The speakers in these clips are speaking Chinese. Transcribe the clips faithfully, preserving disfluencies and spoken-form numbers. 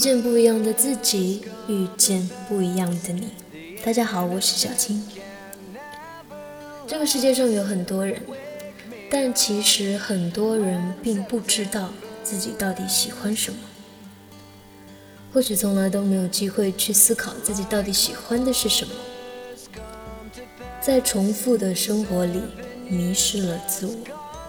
见不一样的自己，遇见不一样的你。大家好，我是小青。这个世界上有很多人，但其实很多人并不知道自己到底喜欢什么，或许从来都没有机会去思考自己到底喜欢的是什么，在重复的生活里迷失了自我。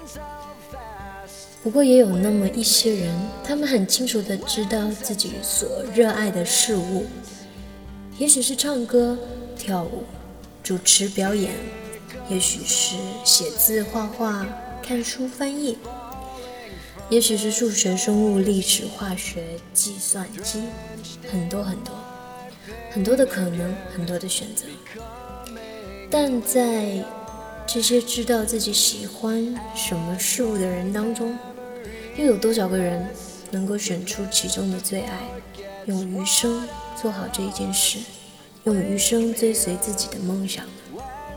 不过也有那么一些人，他们很清楚地知道自己所热爱的事物，也许是唱歌、跳舞、主持表演，也许是写字、画画、看书、翻译，也许是数学、生物、历史、化学、计算机，很多很多很多的可能，很多的选择。但在这些知道自己喜欢什么事物的人当中，又有多少个人能够选出其中的最爱，用余生做好这一件事，用余生追随自己的梦想呢？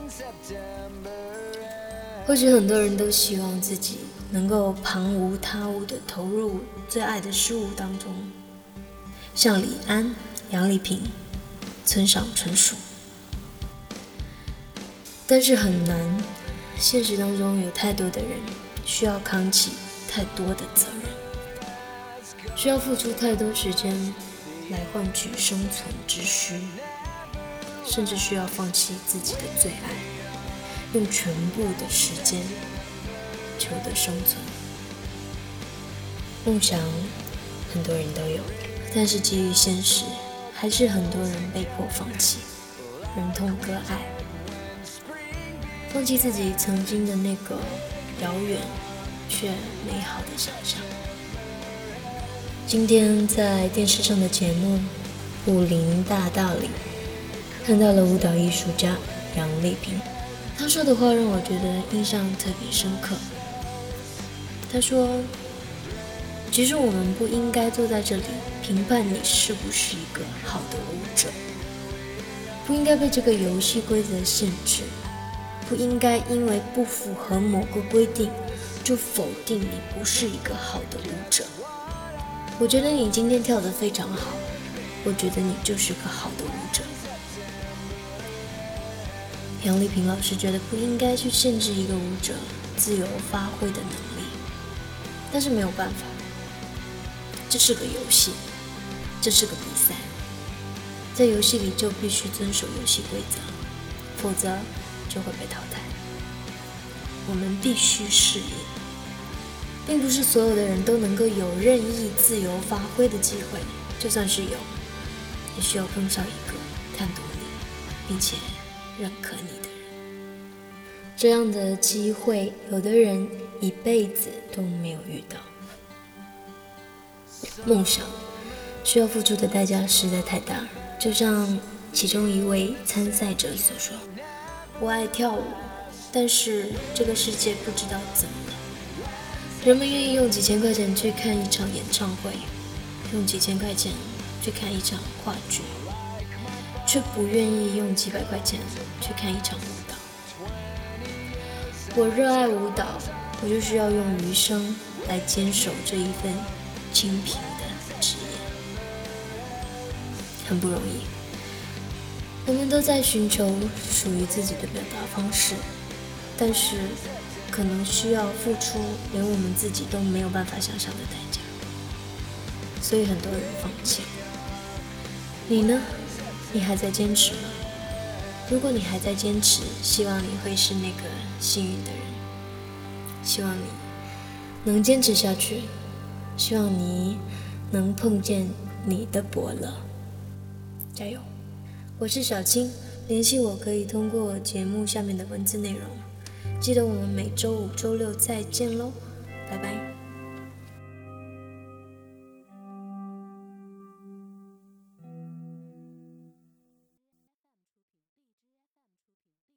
或许很多人都希望自己能够旁无他物地投入最爱的事物当中，像李安、杨丽萍、村上春树，但是很难，现实当中有太多的人需要扛起太多的责任，需要付出太多时间来换取生存之需，甚至需要放弃自己的最爱，用全部的时间求得生存。梦想很多人都有，但是基于现实，还是很多人被迫放弃，忍痛割爱，放弃自己曾经的那个遥远却美好的想象。今天在电视上的节目《武林大道》里，看到了舞蹈艺术家杨丽萍，她说的话让我觉得印象特别深刻。她说，其实我们不应该坐在这里评判你是不是一个好的舞者，不应该被这个游戏规则限制，不应该因为不符合某个规定就否定你不是一个好的舞者。我觉得你今天跳得非常好，我觉得你就是个好的舞者。杨丽萍老师觉得不应该去限制一个舞者自由发挥的能力，但是没有办法，这是个游戏，这是个比赛，在游戏里就必须遵守游戏规则，否则就会被淘汰。我们必须适应，并不是所有的人都能够有任意自由发挥的机会，就算是有，也需要碰上一个看懂你并且认可你的人。这样的机会，有的人一辈子都没有遇到。梦想需要付出的代价实在太大，就像其中一位参赛者所说，我爱跳舞，但是这个世界不知道怎么了，人们愿意用几千块钱去看一场演唱会，用几千块钱去看一场话剧，却不愿意用几百块钱去看一场舞蹈。我热爱舞蹈，我就需要用余生来坚守这一份清贫的职业，很不容易。我们都在寻求属于自己的表达方式，但是可能需要付出连我们自己都没有办法想象的代价，所以很多人放弃。你呢？你还在坚持吗？如果你还在坚持，希望你会是那个幸运的人，希望你能坚持下去，希望你能碰见你的伯乐。加油！我是小青，联系我可以通过节目下面的文字内容。记得我们每周五、周六再见喽，拜拜。